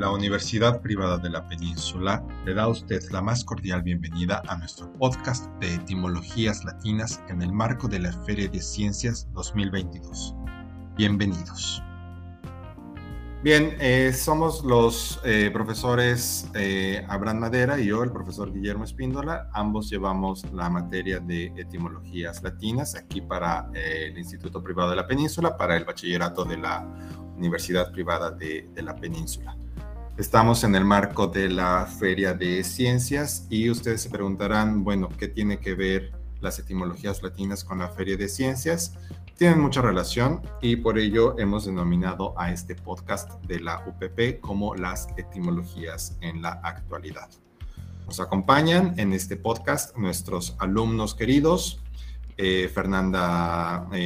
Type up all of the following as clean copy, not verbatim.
La Universidad Privada de la Península le da a usted la más cordial bienvenida a nuestro podcast de etimologías latinas en el marco de la Feria de Ciencias 2022. Bienvenidos. Bien, somos los profesores Abraham Madera y yo, el profesor Guillermo Espíndola. Ambos llevamos la materia de etimologías latinas aquí para el Instituto Privado de la Península, para el bachillerato de la Universidad Privada de la Península. Estamos en el marco de la Feria de Ciencias y ustedes se preguntarán, bueno, ¿qué tiene que ver las etimologías latinas con la Feria de Ciencias? Tienen mucha relación y por ello hemos denominado a este podcast de la UPP como las etimologías en la actualidad. Nos acompañan en este podcast nuestros alumnos queridos, Fernanda,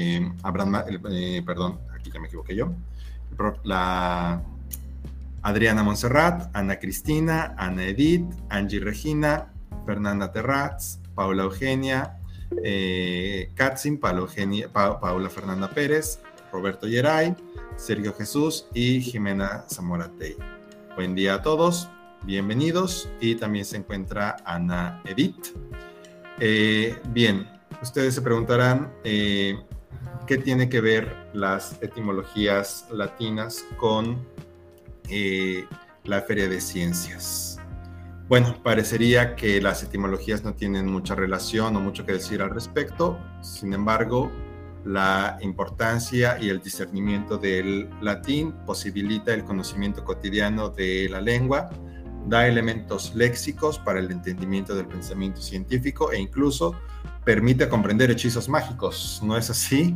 aquí ya me equivoqué yo, la Adriana Montserrat, Ana Cristina, Ana Edith, Angie Regina, Fernanda Terratz, Paula Eugenia, Katzin, Paula Fernanda Pérez, Roberto Yeray, Sergio Jesús y Jimena Zamoratey. Buen día a todos, bienvenidos, y también se encuentra Ana Edith. Bien, ustedes se preguntarán qué tiene que ver las etimologías latinas con la Feria de Ciencias. Bueno, parecería que las etimologías no tienen mucha relación o mucho que decir al respecto. Sin embargo, la importancia y el discernimiento del latín posibilita el conocimiento cotidiano de la lengua, da elementos léxicos para el entendimiento del pensamiento científico e incluso permite comprender hechizos mágicos. ¿No es así?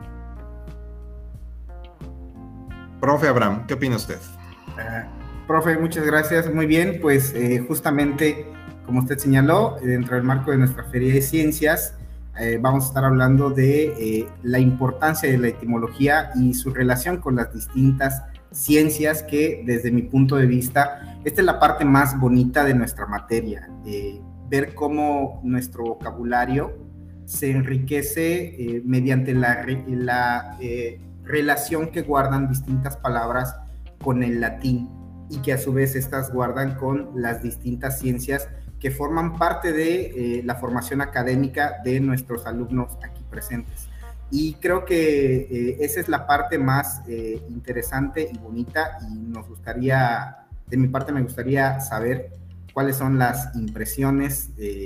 Profe Abraham, ¿qué opina usted? Profe, muchas gracias. Muy bien, pues justamente como usted señaló, dentro del marco de nuestra Feria de Ciencias, vamos a estar hablando de la importancia de la etimología y su relación con las distintas ciencias que, desde mi punto de vista, esta es la parte más bonita de nuestra materia, ver cómo nuestro vocabulario se enriquece mediante la relación que guardan distintas palabras con el latín, y que a su vez estas guardan con las distintas ciencias que forman parte de la formación académica de nuestros alumnos aquí presentes. Y creo que esa es la parte más interesante y bonita, y nos gustaría, de mi parte me gustaría saber cuáles son las impresiones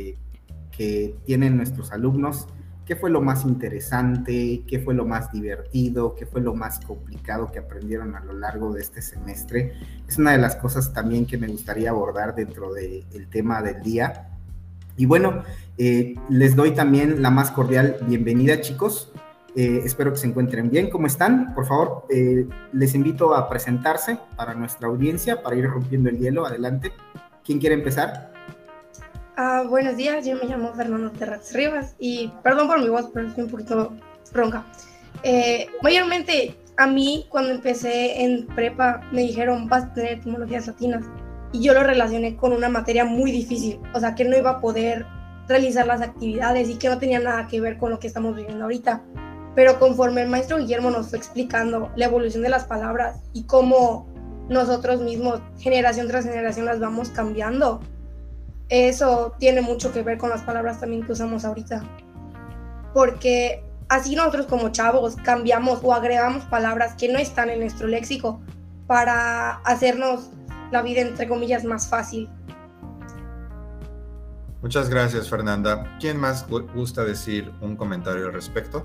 que tienen nuestros alumnos. ¿Qué fue lo más interesante? ¿Qué fue lo más divertido? ¿Qué fue lo más complicado que aprendieron a lo largo de este semestre? Es una de las cosas también que me gustaría abordar dentro del tema del día. Y bueno, les doy también la más cordial bienvenida, chicos. Espero que se encuentren bien. ¿Cómo están? Por favor, les invito a presentarse para nuestra audiencia, para ir rompiendo el hielo. Adelante. ¿Quién quiere empezar? Buenos días, yo me llamo Fernanda Terratz Rivas y perdón por mi voz, pero estoy un poquito ronca. Mayormente a mí cuando empecé en prepa me dijeron vas a tener etimologías latinas y yo lo relacioné con una materia muy difícil, o sea que no iba a poder realizar las actividades y que no tenía nada que ver con lo que estamos viviendo ahorita. Pero conforme el maestro Guillermo nos fue explicando la evolución de las palabras y cómo nosotros mismos generación tras generación las vamos cambiando, eso tiene mucho que ver con las palabras también que usamos ahorita, porque así nosotros como chavos cambiamos o agregamos palabras que no están en nuestro léxico para hacernos la vida entre comillas más fácil. Muchas gracias, Fernanda. ¿Quién más gusta decir un comentario al respecto?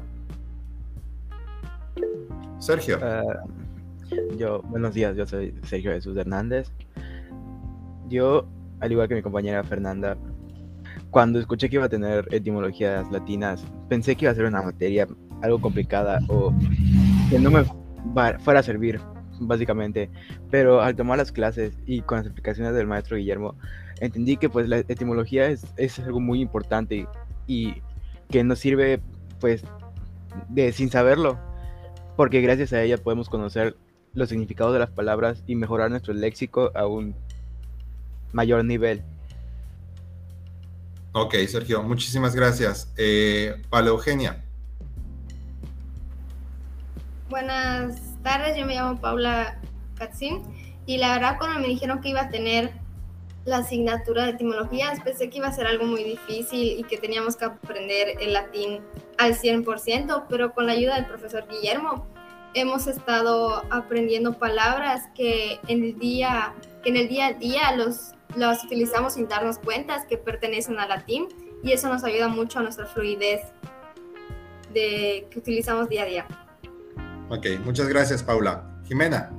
Sergio. Buenos días, yo soy Sergio Jesús Hernández. Yo, al igual que mi compañera Fernanda, cuando escuché que iba a tener etimologías latinas, pensé que iba a ser una materia algo complicada o que no me fuera a servir, básicamente. Pero al tomar las clases y con las explicaciones del maestro Guillermo, entendí que pues la etimología es algo muy importante y que nos sirve pues sin saberlo, porque gracias a ella podemos conocer los significados de las palabras y mejorar nuestro léxico a un mayor nivel. Ok, Sergio, muchísimas gracias. Paula Eugenia. Buenas tardes, yo me llamo Paula Katzin Y la verdad, cuando me dijeron que iba a tener la asignatura de etimologías, pensé que iba a ser algo muy difícil y que teníamos que aprender el latín al 100%, pero con la ayuda del profesor Guillermo hemos estado aprendiendo palabras que en el día a día los utilizamos sin darnos cuenta que pertenecen al latín, y eso nos ayuda mucho a nuestra fluidez que utilizamos día a día. Ok, muchas gracias, Paula. Jimena.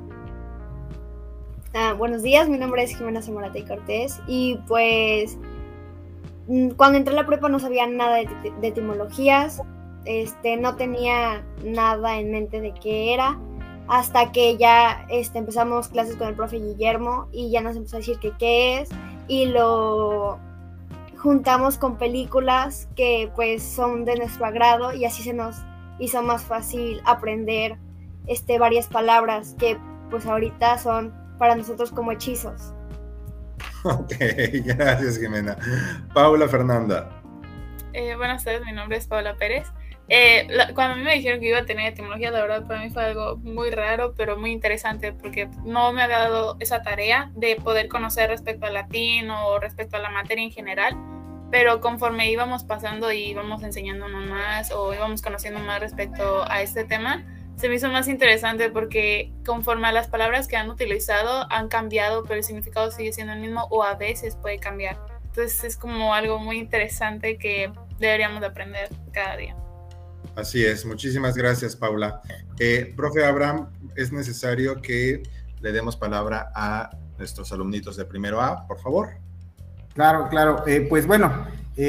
Buenos días, mi nombre es Jimena Zamorata y Cortés, y pues cuando entré a la prepa no sabía nada de etimologías, no tenía nada en mente de qué era, hasta que ya empezamos clases con el profe Guillermo y ya nos empezó a decir que qué es, y lo juntamos con películas que pues son de nuestro agrado, y así se nos hizo más fácil aprender varias palabras que pues ahorita son para nosotros como hechizos. Ok, gracias, Jimena. Paula Fernanda. Buenas tardes, mi nombre es Paula Pérez. Cuando a mí me dijeron que iba a tener etimología, la verdad para mí fue algo muy raro, pero muy interesante, porque no me había dado esa tarea de poder conocer respecto al latín o respecto a la materia en general, pero conforme íbamos pasando y íbamos enseñándonos más o íbamos conociendo más respecto a este tema, se me hizo más interesante, porque conforme a las palabras que han utilizado han cambiado, pero el significado sigue siendo el mismo o a veces puede cambiar. Entonces es como algo muy interesante que deberíamos de aprender cada día. Así es, muchísimas gracias, Paula. Profe Abraham, es necesario que le demos palabra a nuestros alumnitos de primero A, por favor. Claro. Pues bueno,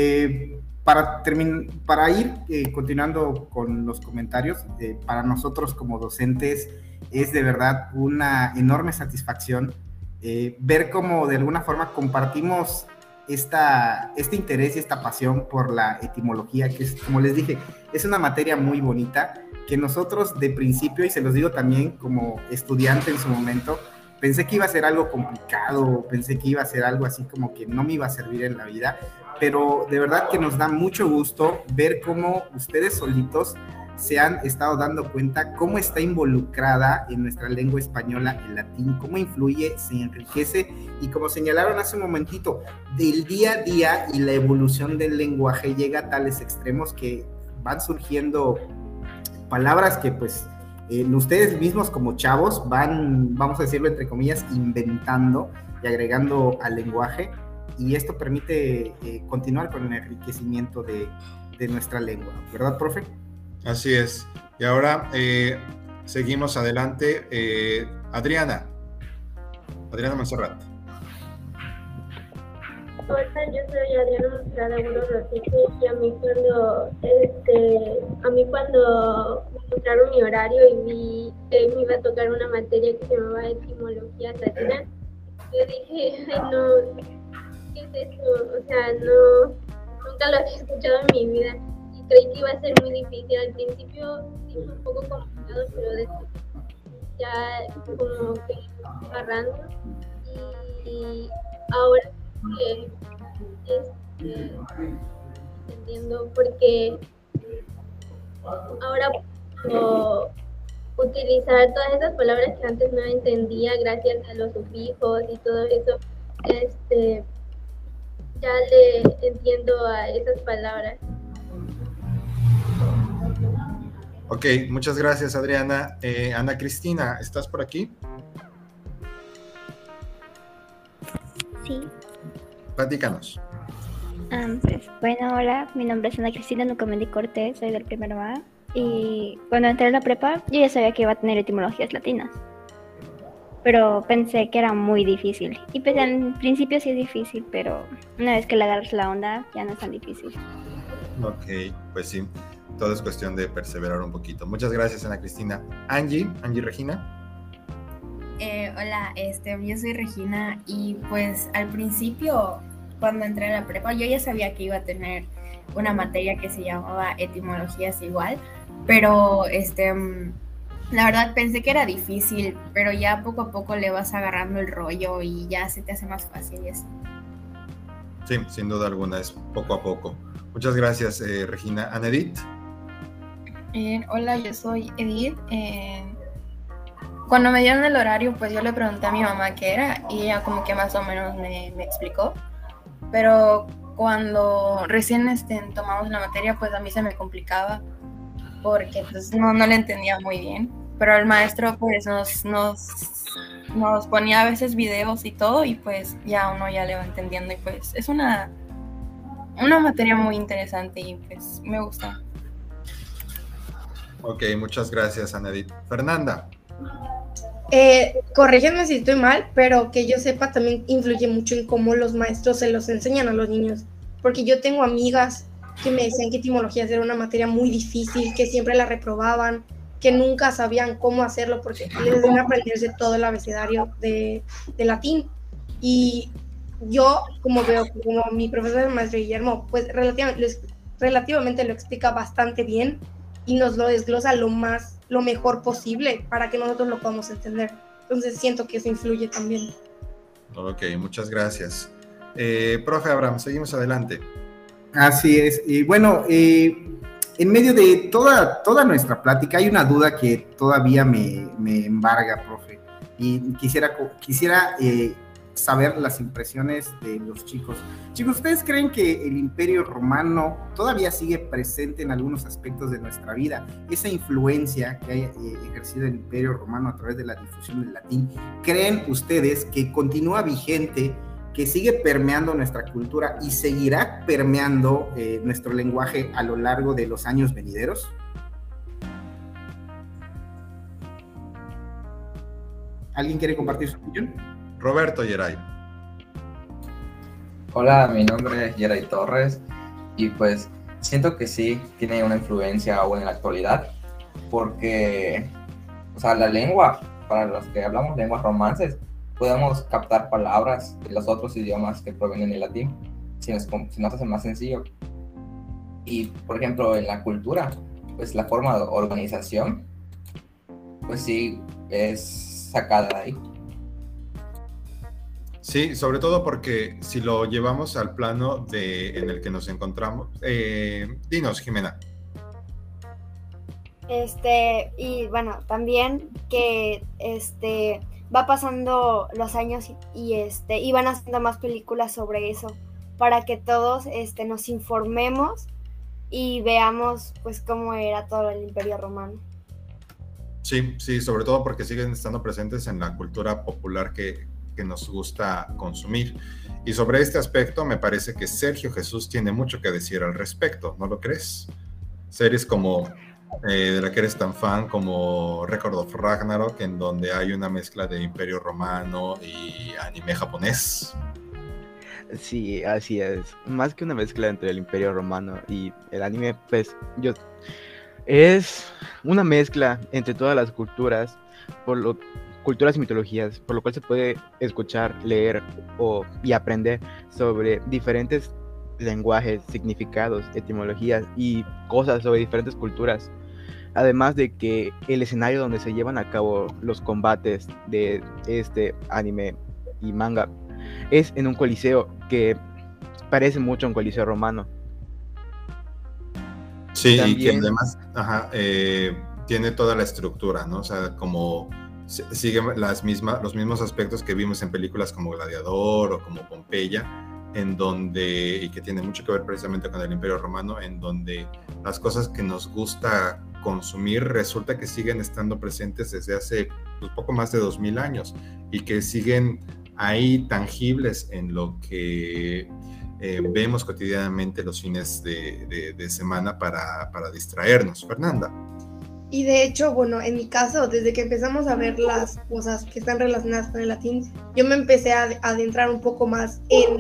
para ir continuando con los comentarios, para nosotros como docentes es de verdad una enorme satisfacción ver cómo de alguna forma compartimos este interés y esta pasión por la etimología, que es, como les dije, es una materia muy bonita que nosotros de principio, y se los digo también como estudiante en su momento, pensé que iba a ser algo complicado, pensé que iba a ser algo así como que no me iba a servir en la vida, pero de verdad que nos da mucho gusto ver cómo ustedes solitos se han estado dando cuenta cómo está involucrada en nuestra lengua española el latín, cómo influye, se enriquece, y como señalaron hace un momentito, del día a día y la evolución del lenguaje llega a tales extremos que van surgiendo palabras que pues ustedes mismos como chavos van, vamos a decirlo entre comillas, inventando y agregando al lenguaje, y esto permite continuar con el enriquecimiento de nuestra lengua, ¿verdad, profe? Así es. Y ahora seguimos adelante. Adriana Monserrat. Hola, yo soy Adriana Monserrat Agudo Rosique, y a mí cuando me mostraron mi horario y vi que me iba a tocar una materia que se llamaba etimología latina, yo dije, ay no, ¿qué es eso? O sea, nunca lo había escuchado en mi vida. Creí que iba a ser muy difícil. Al principio sí fue un poco complicado, pero después ya como que agarrando, y ahora entendiendo, porque ahora puedo utilizar todas esas palabras que antes no entendía gracias a los sufijos y todo eso. Ya le entiendo a esas palabras. Ok, muchas gracias, Adriana. Ana Cristina, ¿estás por aquí? Sí. Platícanos. Bueno, hola, mi nombre es Ana Cristina Nucamendi Cortés, soy del primero A, y cuando entré a la prepa yo ya sabía que iba a tener etimologías latinas, pero pensé que era muy difícil, y pues en principio sí es difícil, pero una vez que le agarras la onda ya no es tan difícil. Ok, pues sí. Todo es cuestión de perseverar un poquito. Muchas gracias, Ana Cristina. Angie Regina. Hola, yo soy Regina, y pues al principio, cuando entré a la prepa, yo ya sabía que iba a tener una materia que se llamaba etimologías igual, pero la verdad pensé que era difícil, pero ya poco a poco le vas agarrando el rollo y ya se te hace más fácil y así. Sí, sin duda alguna, es poco a poco. Muchas gracias, Regina. Ana Edith. Hola, yo soy Edith. cuando me dieron el horario, pues yo le pregunté a mi mamá qué era y ella como que más o menos me explicó. Pero cuando recién tomamos la materia, pues a mí se me complicaba porque pues no le entendía muy bien. Pero el maestro pues nos ponía a veces videos y todo y pues ya uno ya le va entendiendo y pues es una materia muy interesante y pues me gusta. Ok, muchas gracias, Ana Edith. Fernanda. Corrígeme si estoy mal, pero que yo sepa también influye mucho en cómo los maestros se los enseñan a los niños, porque yo tengo amigas que me decían que etimologías era una materia muy difícil, que siempre la reprobaban, que nunca sabían cómo hacerlo porque les deben aprenderse todo el abecedario de latín. Y yo, como veo, como mi profesor el maestro Guillermo, pues relativamente lo explica bastante bien y nos lo desglosa lo mejor posible para que nosotros lo podamos entender. Entonces siento que eso influye también. Ok, muchas gracias. Profe Abraham, seguimos adelante. Así es. Y bueno, en medio de toda nuestra plática hay una duda que todavía me embarga, profe. Y quisiera saber las impresiones de los chicos. Chicos, ¿ustedes creen que el Imperio Romano todavía sigue presente en algunos aspectos de nuestra vida? Esa influencia que haya ejercido el Imperio Romano a través de la difusión del latín, ¿creen ustedes que continúa vigente, que sigue permeando nuestra cultura y seguirá permeando nuestro lenguaje a lo largo de los años venideros? ¿Alguien quiere compartir su opinión? Roberto Yeray. Hola, mi nombre es Yeray Torres y pues siento que sí tiene una influencia aún en la actualidad porque, o sea, la lengua, para los que hablamos lenguas romances, podemos captar palabras de los otros idiomas que provienen del latín, si nos hace más sencillo. Y, por ejemplo, en la cultura, pues la forma de organización, pues sí, es sacada de ahí. Sí, sobre todo porque si lo llevamos al plano en el que nos encontramos, dinos, Jimena. Y bueno, también que va pasando los años y van haciendo más películas sobre eso para que todos nos informemos y veamos pues cómo era todo el Imperio Romano. Sí, sobre todo porque siguen estando presentes en la cultura popular que nos gusta consumir. Y sobre este aspecto me parece que Sergio Jesús tiene mucho que decir al respecto, ¿no lo crees? Series como de la que eres tan fan, como Record of Ragnarok, en donde hay una mezcla de Imperio Romano y anime japonés. Sí, así es. Más que una mezcla entre el Imperio Romano y el anime, pues es una mezcla entre todas las culturas, culturas y mitologías, por lo cual se puede escuchar, leer y aprender sobre diferentes lenguajes, significados, etimologías y cosas sobre diferentes culturas. Además de que el escenario donde se llevan a cabo los combates de este anime y manga es en un coliseo que parece mucho a un coliseo romano. Sí, también, y que además tiene toda la estructura, ¿no? O sea, como sigue los mismos aspectos que vimos en películas como Gladiador o como Pompeya, y que tiene mucho que ver precisamente con el Imperio Romano, en donde las cosas que nos gusta consumir resulta que siguen estando presentes desde hace poco más de 2000 años y que siguen ahí tangibles en lo que vemos cotidianamente los fines de semana para distraernos. Fernanda. Y de hecho, bueno, en mi caso, desde que empezamos a ver las cosas que están relacionadas con el latín, yo me empecé a adentrar un poco más en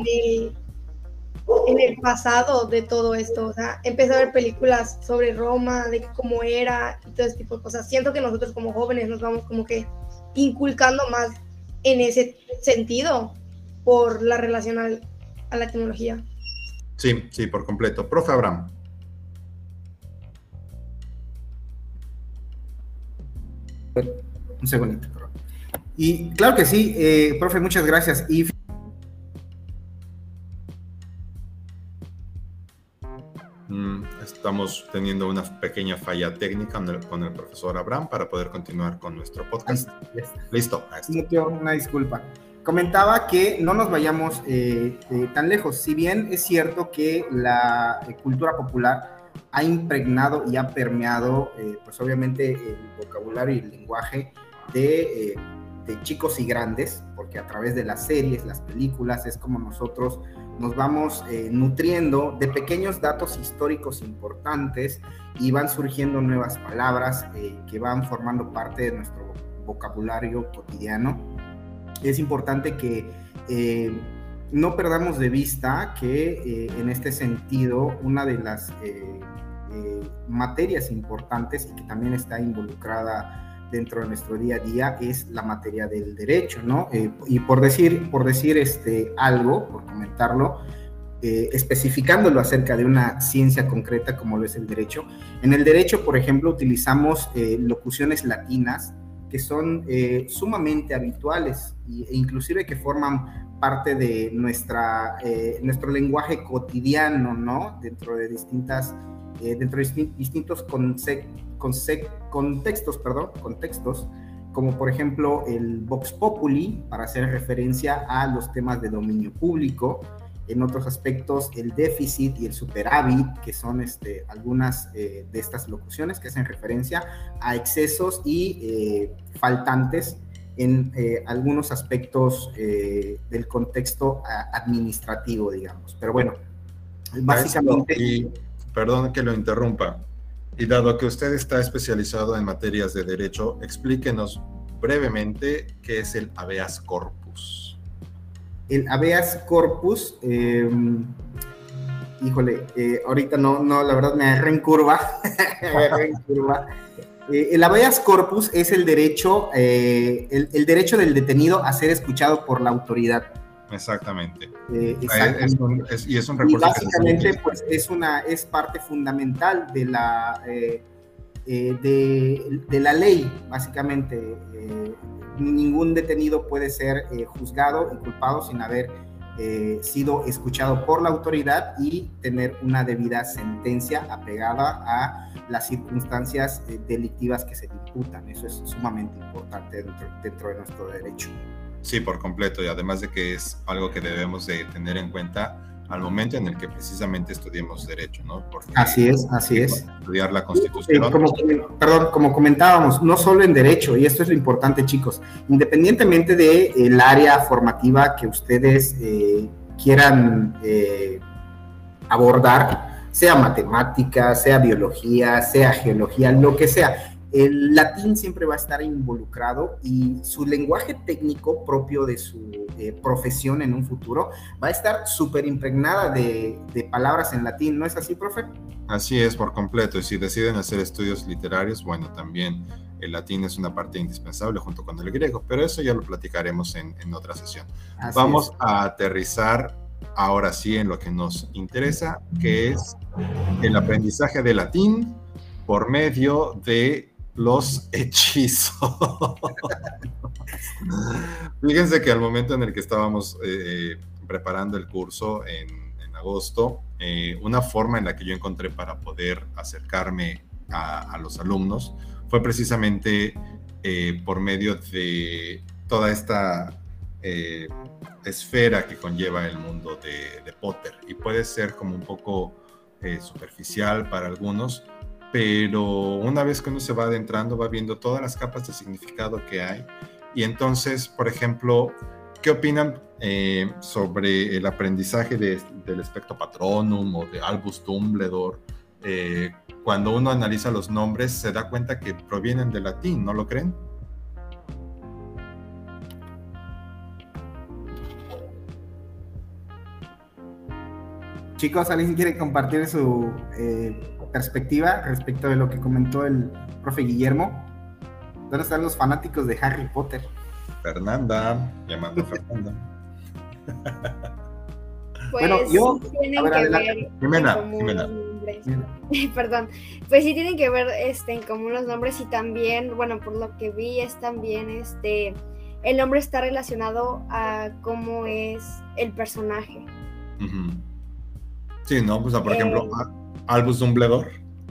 el pasado de todo esto. O sea, empecé a ver películas sobre Roma, de cómo era y todo ese tipo de cosas. Siento que nosotros como jóvenes nos vamos como que inculcando más en ese sentido por la relación a la tecnología. Sí, por completo. Profe Abraham. Un segundito, perdón. Y claro que sí, profe, muchas gracias. Y estamos teniendo una pequeña falla técnica con el profesor Abraham para poder continuar con nuestro podcast. Listo. Una disculpa. Comentaba que no nos vayamos tan lejos. Si bien es cierto que la cultura popular ha impregnado y ha permeado, pues obviamente, el vocabulario y el lenguaje de chicos y grandes, porque a través de las series, las películas, es como nosotros nos vamos nutriendo de pequeños datos históricos importantes y van surgiendo nuevas palabras que van formando parte de nuestro vocabulario cotidiano. Es importante que no perdamos de vista que en este sentido una de las materias importantes y que también está involucrada dentro de nuestro día a día es la materia del derecho, ¿no? Y por decir algo, por comentarlo, especificándolo acerca de una ciencia concreta como lo es el derecho. En el derecho, por ejemplo, utilizamos locuciones latinas que son sumamente habituales e inclusive que forman parte de nuestro lenguaje cotidiano, ¿no? Dentro de distintos contextos, como por ejemplo el Vox Populi, para hacer referencia a los temas de dominio público. En otros aspectos, el déficit y el superávit, que son algunas de estas locuciones que hacen referencia a excesos y faltantes en algunos aspectos del contexto administrativo, digamos. Pero bueno, básicamente... Y perdón que lo interrumpa. Y dado que usted está especializado en materias de derecho, explíquenos brevemente qué es el habeas corpus. El habeas corpus, ahorita no, la verdad me agarré en curva. El habeas corpus es el derecho del detenido a ser escuchado por la autoridad. Exactamente. Exactamente. Es un recurso. Y básicamente, pues es parte fundamental de la ley, básicamente. Ningún detenido puede ser juzgado y culpado sin haber sido escuchado por la autoridad y tener una debida sentencia apegada a las circunstancias delictivas que se le imputan. Eso es sumamente importante dentro de nuestro derecho. Sí, por completo, y además de que es algo que debemos de tener en cuenta al momento en el que precisamente estudiemos derecho, ¿no? Porque así es. Estudiar la Constitución. Como comentábamos, no solo en derecho, y esto es lo importante, chicos, independientemente del área formativa que ustedes quieran abordar, sea matemática, sea biología, sea geología, lo que sea, el latín siempre va a estar involucrado y su lenguaje técnico propio de su profesión en un futuro va a estar súper impregnada de palabras en latín, ¿no es así, profe? Así es, por completo, y si deciden hacer estudios literarios, bueno, también el latín es una parte indispensable junto con el griego, pero eso ya lo platicaremos en otra sesión. Vamos a aterrizar ahora sí en lo que nos interesa, que es el aprendizaje de latín por medio de los hechizos. Fíjense que al momento en el que estábamos preparando el curso en agosto, una forma en la que yo encontré para poder acercarme a los alumnos fue precisamente por medio de toda esta esfera que conlleva el mundo de Potter, y puede ser como un poco superficial para algunos, pero una vez que uno se va adentrando, va viendo todas las capas de significado que hay. Y entonces, por ejemplo, ¿qué opinan sobre el aprendizaje del Expecto Patronum o de Albus Dumbledore? Cuando uno analiza los nombres, se da cuenta que provienen del latín, ¿no lo creen? Chicos, ¿alguien quiere compartir su perspectiva respecto de lo que comentó el profe Guillermo? ¿Dónde están los fanáticos de Harry Potter? Fernanda, llamando a Fernanda. Pues bueno, yo... tienen que ver Jimena. Perdón, pues sí tienen que ver en común los nombres, y también, bueno, por lo que vi es también el nombre está relacionado a cómo es el personaje. Uh-huh. Sí, no, pues por ejemplo, Albus Dumbledore.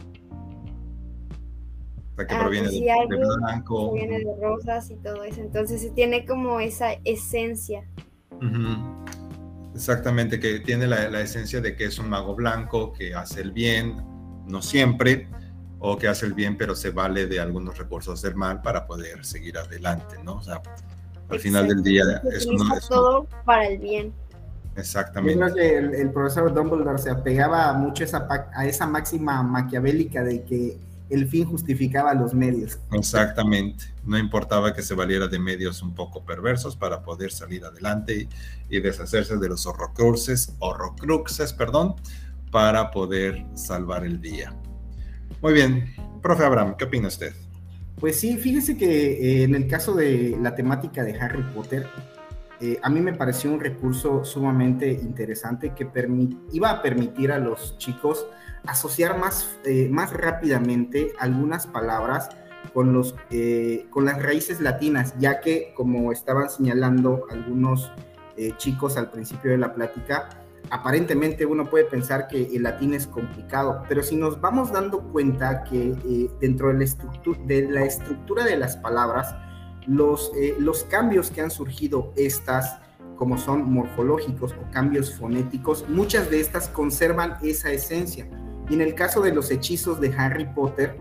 O sea, que proviene pues sí, de Albus blanco. proviene de rosas y todo eso. Entonces sí tiene como esa esencia. Exactamente, que tiene la esencia de que es un mago blanco que hace el bien, no siempre, o que hace el bien pero se vale de algunos recursos del mal para poder seguir adelante, ¿no? O sea, al final del día es todo para el bien. Exactamente. Yo creo que el profesor Dumbledore se apegaba mucho a esa máxima maquiavélica de que el fin justificaba los medios. Exactamente. No importaba que se valiera de medios un poco perversos para poder salir adelante y deshacerse de los horrocruxes, para poder salvar el día. Muy bien. Profe Abraham, ¿qué opina usted? Pues sí, fíjese que en el caso de la temática de Harry Potter, a mí me pareció un recurso sumamente interesante que iba a permitir a los chicos asociar más rápidamente algunas palabras con las raíces latinas, ya que, como estaban señalando algunos chicos al principio de la plática, aparentemente uno puede pensar que el latín es complicado, pero si nos vamos dando cuenta que dentro de la estructura de las palabras, los cambios que han surgido como son morfológicos o cambios fonéticos, muchas de estas conservan esa esencia. Y en el caso de los hechizos de Harry Potter,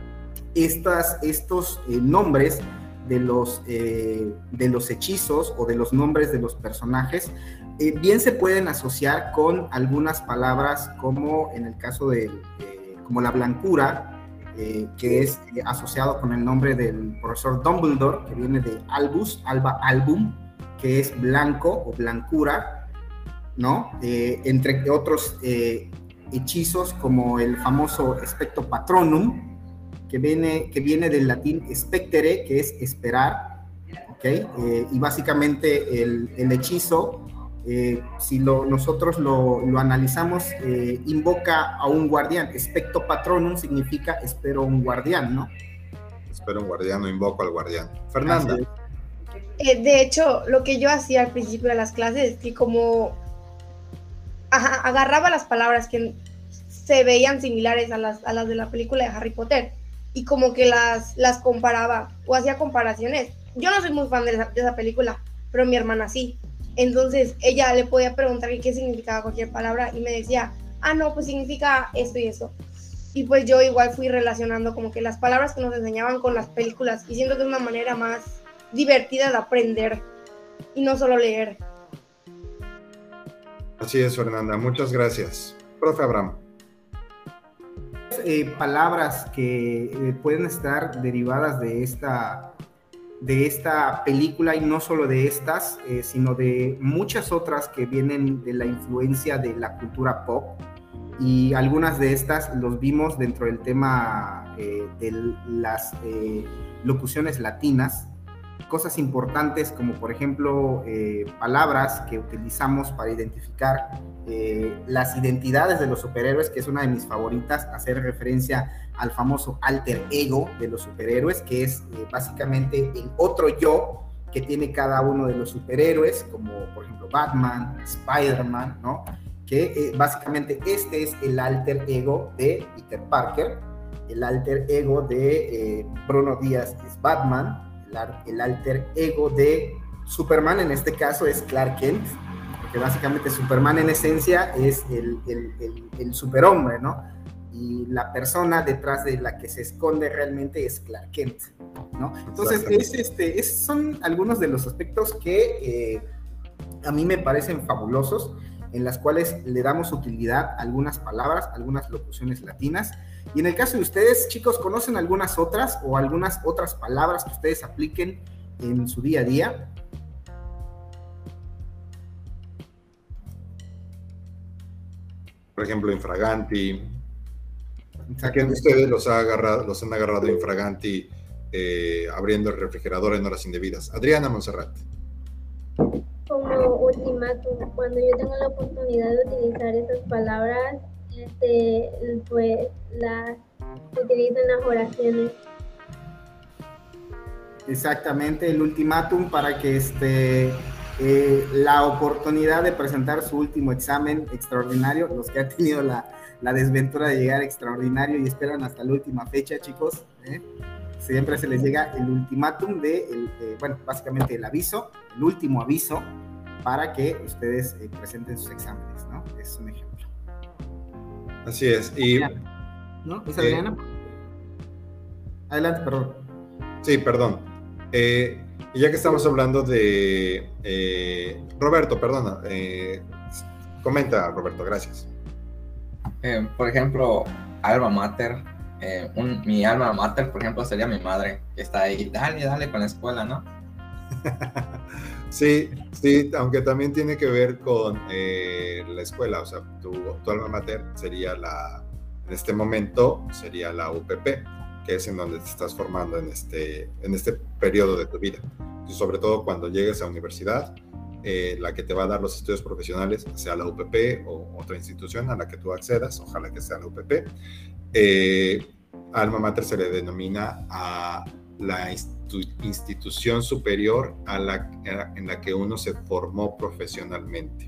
estos nombres de los hechizos o de los nombres de los personajes bien se pueden asociar con algunas palabras, como en el caso como la blancura, que es asociado con el nombre del profesor Dumbledore, que viene de Albus, Alba Album, que es blanco o blancura, ¿no? Entre otros hechizos como el famoso Expecto Patronum, que viene del latín expectere, que es esperar, ¿ok? Y básicamente el hechizo, si nosotros lo analizamos, invoca a un guardián. Expecto Patronum significa espero un guardián, ¿no? Espero un guardián o invoco al guardián. Fernanda. De hecho, lo que yo hacía al principio de las clases es que como agarraba las palabras que se veían similares a las de la película de Harry Potter y como que las comparaba o hacía comparaciones. Yo no soy muy fan de esa película, pero mi hermana sí. Entonces ella le podía preguntar qué significaba cualquier palabra y me decía, no, pues significa esto y eso. Y pues yo igual fui relacionando como que las palabras que nos enseñaban con las películas y siento que es una manera más divertida de aprender y no solo leer. Así es, Fernanda, muchas gracias. Profe Abraham. Palabras que pueden estar derivadas de esta película, y no solo de estas, sino de muchas otras que vienen de la influencia de la cultura pop, y algunas de estas los vimos dentro del tema de las locuciones latinas. Cosas importantes como por ejemplo palabras que utilizamos para identificar las identidades de los superhéroes, que es una de mis favoritas, hacer referencia al famoso alter ego de los superhéroes, que es básicamente el otro yo que tiene cada uno de los superhéroes, como por ejemplo Batman, Spider-Man, ¿no? Que básicamente este es el alter ego de Peter Parker, el alter ego de Bruno Díaz es Batman, el alter ego de Superman en este caso es Clark Kent, porque básicamente Superman en esencia es el superhombre, ¿no? Y la persona detrás de la que se esconde realmente es Clark Kent, ¿no? Entonces son algunos de los aspectos que a mí me parecen fabulosos, en las cuales le damos utilidad a algunas palabras, algunas locuciones latinas. Y en el caso de ustedes, chicos, ¿conocen algunas otras o algunas otras palabras que ustedes apliquen en su día a día? Por ejemplo, infraganti. ¿A quién de ustedes los han agarrado infraganti abriendo el refrigerador en horas indebidas? Adriana Monserrat. Como ultimátum, cuando yo tengo la oportunidad de utilizar esas palabras, pues las utilizo en las oraciones. Exactamente, el ultimátum para que la oportunidad de presentar su último examen extraordinario, los que han tenido la la desventura de llegar extraordinario y esperan hasta la última fecha, chicos. Siempre se les llega el ultimátum básicamente el último aviso para que ustedes presenten sus exámenes, ¿no? Es un ejemplo. Así es. Y, ¿no? ¿Es Adriana? Adelante, perdón. Sí, perdón. Y ya que estamos hablando de Roberto, perdona. Comenta, Roberto, gracias. Por ejemplo, alma mater. Mi alma mater, por ejemplo, sería mi madre, que está ahí, dale con la escuela, ¿no? Sí, aunque también tiene que ver con la escuela, o sea, tu alma mater sería en este momento, sería la UPP, que es en donde te estás formando en este periodo de tu vida. Y sobre todo cuando llegues a universidad, la que te va a dar los estudios profesionales, sea la UPP o otra institución a la que tú accedas, ojalá que sea la UPP. Alma mater se le denomina a la institución superior en la que uno se formó profesionalmente.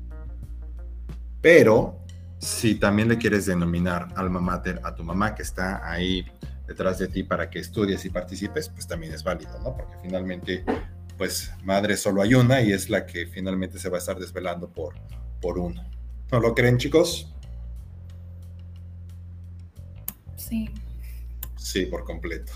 Pero si también le quieres denominar alma mater a tu mamá que está ahí detrás de ti para que estudies y participes, pues también es válido, ¿no? Porque finalmente, pues madre solo hay una y es la que finalmente se va a estar desvelando por uno. ¿No lo creen, chicos? Sí. Sí, por completo.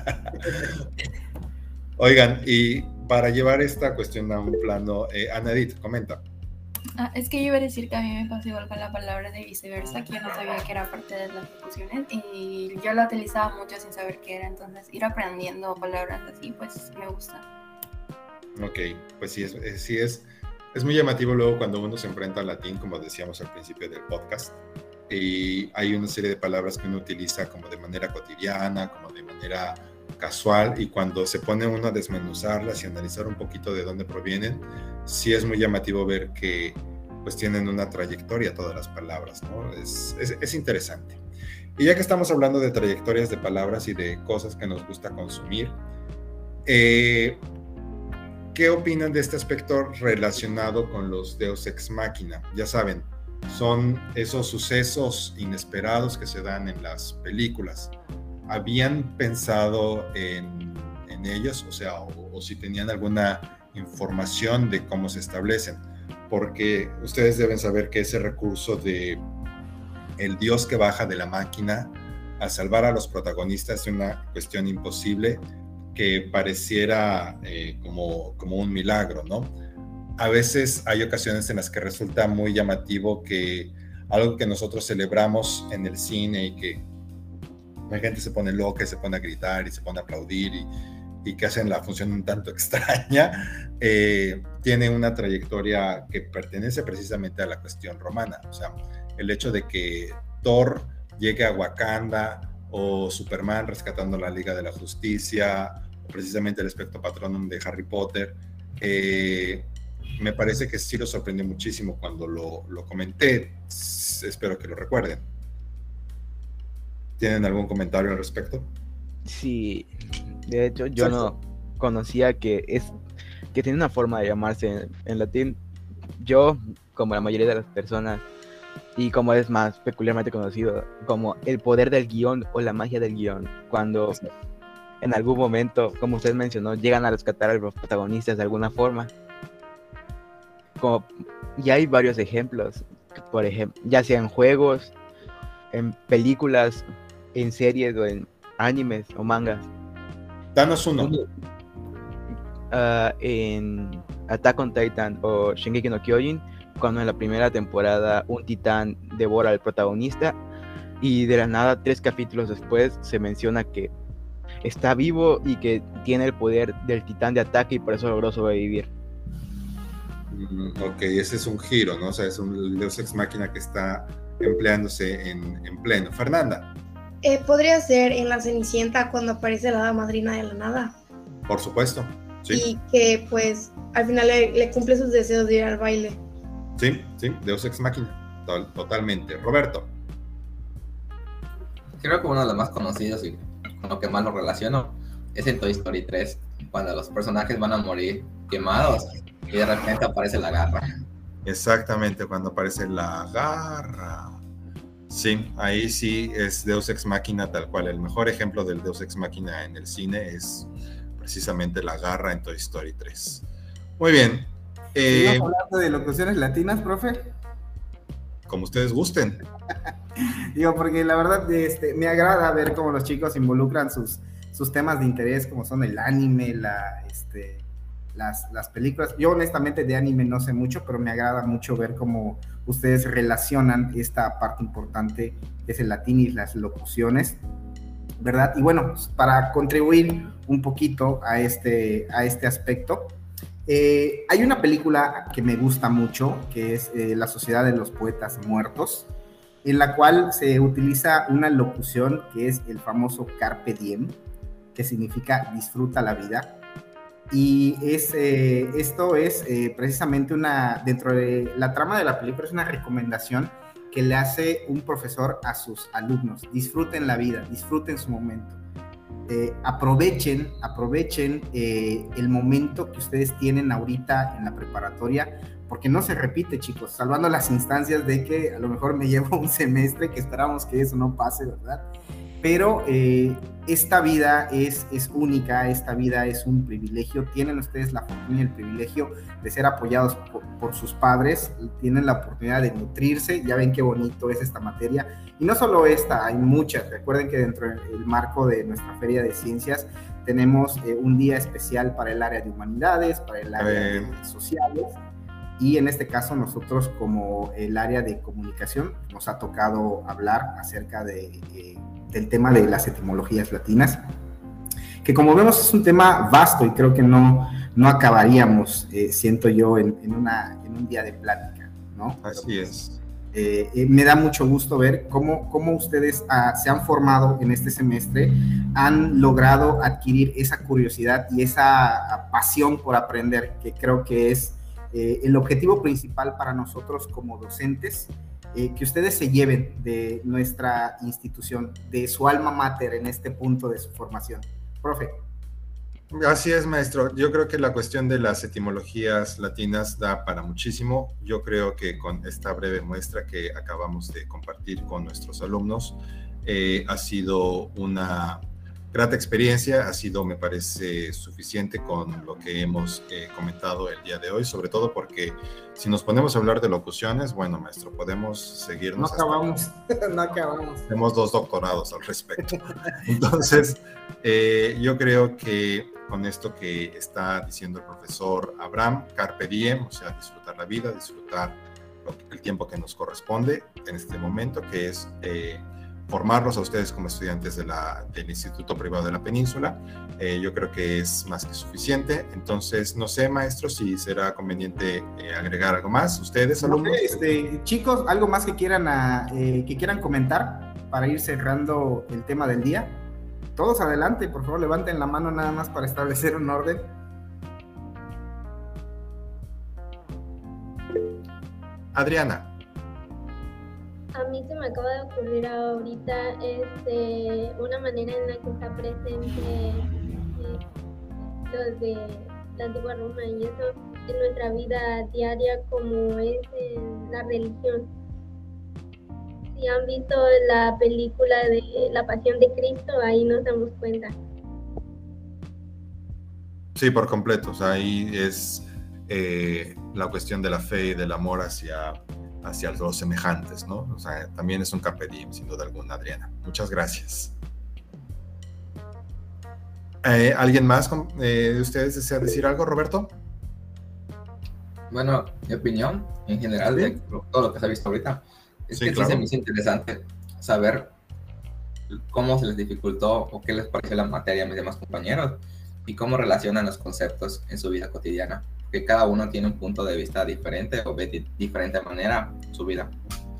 Oigan, y para llevar esta cuestión a un plano, Ana Edith, comenta. Es que yo iba a decir que a mí me pasó igual con la palabra de viceversa, que yo no sabía que era parte de las locuciones y yo la utilizaba mucho sin saber qué era, entonces ir aprendiendo palabras así, pues me gusta. Ok, pues sí es muy llamativo luego cuando uno se enfrenta al latín, como decíamos al principio del podcast. Y hay una serie de palabras que uno utiliza como de manera cotidiana, como de manera casual, y cuando se pone uno a desmenuzarlas y analizar un poquito de dónde provienen, sí es muy llamativo ver que pues tienen una trayectoria todas las palabras, ¿no? Es interesante. Y ya que estamos hablando de trayectorias de palabras y de cosas que nos gusta consumir, ¿qué opinan de este aspecto relacionado con los Deus Ex Machina? Ya saben, son esos sucesos inesperados que se dan en las películas. ¿Habían pensado en ellos? O sea, o si tenían alguna información de cómo se establecen. Porque ustedes deben saber que ese recurso de el dios que baja de la máquina a salvar a los protagonistas es una cuestión imposible que pareciera como un milagro, ¿no? A veces hay ocasiones en las que resulta muy llamativo que algo que nosotros celebramos en el cine y que la gente se pone loca, se pone a gritar y se pone a aplaudir y que hacen la función un tanto extraña, tiene una trayectoria que pertenece precisamente a la cuestión romana. O sea, el hecho de que Thor llegue a Wakanda o Superman rescatando la Liga de la Justicia o precisamente el Spectro Patronum de Harry Potter, me parece que sí lo sorprendió muchísimo cuando lo comenté. Espero que lo recuerden. ¿Tienen algún comentario al respecto? Sí, de hecho yo no conocía que tiene una forma de llamarse en latín. Yo, como la mayoría de las personas, y como es más peculiarmente conocido como el poder del guión o la magia del guión, cuando en algún momento, como usted mencionó, llegan a rescatar a los protagonistas de alguna forma. Y hay varios ejemplos, por ejemplo, ya sea en juegos, en películas, en series o en animes o mangas. Danos uno. En Attack on Titan o Shingeki no Kyojin, cuando en la primera temporada un titán devora al protagonista y de la nada 3 capítulos después se menciona que está vivo y que tiene el poder del titán de ataque y por eso logró sobrevivir. Ok, ese es un giro, ¿no? O sea, es un Deus Ex Machina que está empleándose en pleno. Fernanda. Podría ser en La Cenicienta cuando aparece la hada madrina de la nada. Por supuesto, sí. Y que pues al final le cumple sus deseos de ir al baile. Sí, Deus Ex Machina, totalmente. Roberto. Creo que uno de los más conocidos y con lo que más lo relaciono es en Toy Story 3, cuando los personajes van a morir quemados y de repente aparece la garra. Exactamente, cuando aparece la garra. Sí, ahí sí es Deus Ex Machina tal cual. El mejor ejemplo del Deus Ex Machina en el cine es precisamente la garra en Toy Story 3. Muy bien. ¿Seguimos hablando de locuciones latinas, profe? Como ustedes gusten. Digo, porque la verdad me agrada ver cómo los chicos involucran sus temas de interés, como son el anime, las películas. Yo honestamente de anime no sé mucho, pero me agrada mucho ver cómo ustedes relacionan esta parte importante que es el latín y las locuciones, ¿verdad? Y bueno, para contribuir un poquito a este aspecto, hay una película que me gusta mucho, que es La Sociedad de los Poetas Muertos, en la cual se utiliza una locución que es el famoso Carpe Diem, que significa disfruta la vida. Y esto es precisamente dentro de la trama de la película, es una recomendación que le hace un profesor a sus alumnos. Disfruten la vida, disfruten su momento. Aprovechen el momento que ustedes tienen ahorita en la preparatoria, porque no se repite, chicos, salvando las instancias de que a lo mejor me llevo un semestre, que esperamos que eso no pase, ¿verdad? Pero esta vida es única, esta vida es un privilegio. Tienen ustedes la fortuna y el privilegio de ser apoyados por sus padres, tienen la oportunidad de nutrirse. Ya ven qué bonito es esta materia. Y no solo esta, hay muchas. Recuerden que dentro del marco de nuestra Feria de Ciencias tenemos un día especial para el área de humanidades, para el área de sociales. Y en este caso nosotros, como el área de comunicación, nos ha tocado hablar acerca del tema de las etimologías latinas, que como vemos es un tema vasto y creo que no acabaríamos, siento yo, en un día de plática, ¿no? Así es. Me da mucho gusto ver cómo ustedes se han formado en este semestre, han logrado adquirir esa curiosidad y esa pasión por aprender, que creo que es el objetivo principal para nosotros como docentes, que ustedes se lleven de nuestra institución, de su alma mater en este punto de su formación. Profe. Así es, maestro. Yo creo que la cuestión de las etimologías latinas da para muchísimo. Yo creo que con esta breve muestra que acabamos de compartir con nuestros alumnos, ha sido una grata experiencia, ha sido, me parece, suficiente con lo que hemos comentado el día de hoy, sobre todo porque si nos ponemos a hablar de locuciones, bueno, maestro, podemos seguirnos. No acabamos. Tenemos 2 doctorados al respecto. Entonces, yo creo que con esto que está diciendo el profesor Abraham, Carpe Diem, o sea, disfrutar la vida, disfrutar el tiempo que nos corresponde en este momento, que es formarlos a ustedes como estudiantes del Instituto Privado de la Península. Yo creo que es más que suficiente. Entonces, no sé, maestro, si será conveniente agregar algo más. ¿Ustedes, alumnos? Chicos, ¿algo más que quieran comentar para ir cerrando el tema del día? Todos adelante, por favor, levanten la mano nada más para establecer un orden. Adriana. A mí se me acaba de ocurrir ahorita una manera en la que está presente los de la antigua Roma y eso en nuestra vida diaria, como es en la religión. Si han visto la película de La Pasión de Cristo, ahí nos damos cuenta. Sí, por completo. O sea, ahí es la cuestión de la fe y del amor hacia los semejantes, ¿no? O sea, también es un carpe diem, sin duda alguna, Adriana. Muchas gracias. ¿Alguien más de ustedes desea decir algo, Roberto? Bueno, mi opinión en general de todo lo que se ha visto ahorita es que claro, sí se me hizo interesante saber cómo se les dificultó o qué les pareció la materia a mis demás compañeros y cómo relacionan los conceptos en su vida cotidiana, que cada uno tiene un punto de vista diferente o ve de diferente manera su vida.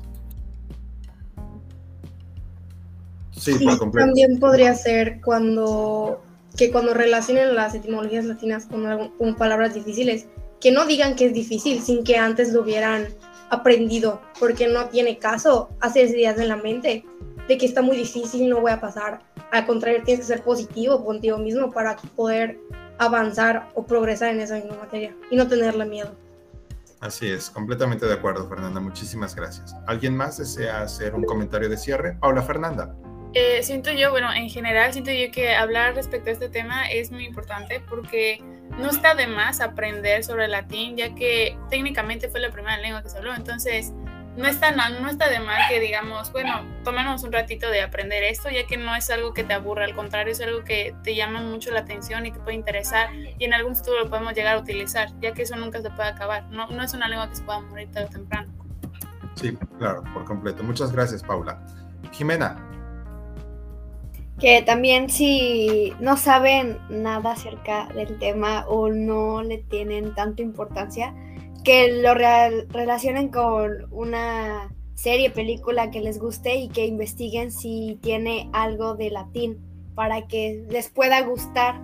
Sí, por completo. También podría ser cuando relacionen las etimologías latinas con palabras difíciles, que no digan que es difícil sin que antes lo hubieran aprendido, porque no tiene caso hacerse ideas en la mente de que está muy difícil y no voy a pasar. Al contrario, tienes que ser positivo contigo mismo para poder avanzar o progresar en esa misma materia y no tenerle miedo. Así es, completamente de acuerdo, Fernanda. Muchísimas gracias. ¿Alguien más desea hacer un comentario de cierre? Paula Fernanda. Siento yo, bueno, en general siento yo que hablar respecto a este tema es muy importante porque no está de más aprender sobre el latín, ya que técnicamente fue la primera lengua que se habló. Entonces no está de más que digamos, bueno, tomémonos un ratito de aprender esto, ya que no es algo que te aburra, al contrario, es algo que te llama mucho la atención y te puede interesar, y en algún futuro lo podemos llegar a utilizar, ya que eso nunca se puede acabar. No es una lengua que se pueda morir tarde o temprano. Sí, claro, por completo. Muchas gracias, Paula. Jimena. Que también si no saben nada acerca del tema o no le tienen tanta importancia, que lo relacionen con una serie, película que les guste y que investiguen si tiene algo de latín para que les pueda gustar.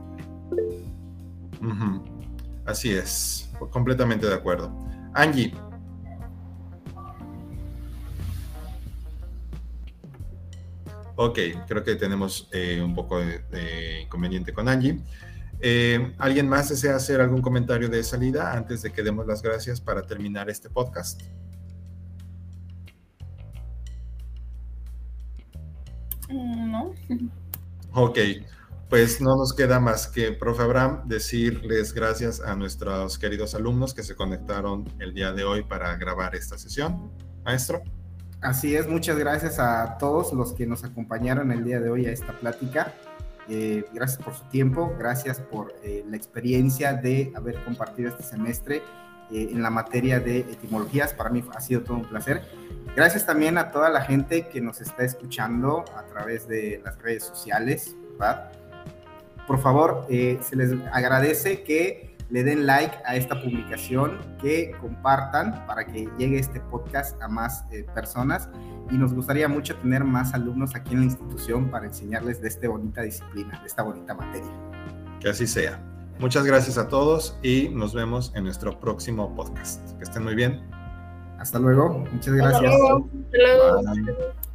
Así es, completamente de acuerdo. Angie. Ok, creo que tenemos un poco de inconveniente con Angie. ¿Alguien más desea hacer algún comentario de salida antes de que demos las gracias para terminar este podcast? No. Ok, pues no nos queda más que, profe Abraham, decirles gracias a nuestros queridos alumnos que se conectaron el día de hoy para grabar esta sesión. Maestro. Así es, muchas gracias a todos los que nos acompañaron el día de hoy a esta plática. Gracias por su tiempo, gracias por la experiencia de haber compartido este semestre en la materia de etimologías. Para mí ha sido todo un placer. Gracias también a toda la gente que nos está escuchando a través de las redes sociales, ¿verdad? Por favor, se les agradece que le den like a esta publicación, que compartan para que llegue este podcast a más personas, y nos gustaría mucho tener más alumnos aquí en la institución para enseñarles de esta bonita disciplina, de esta bonita materia. Que así sea. Muchas gracias a todos y nos vemos en nuestro próximo podcast. Que estén muy bien. Hasta luego. Muchas gracias. Hasta luego. Bye.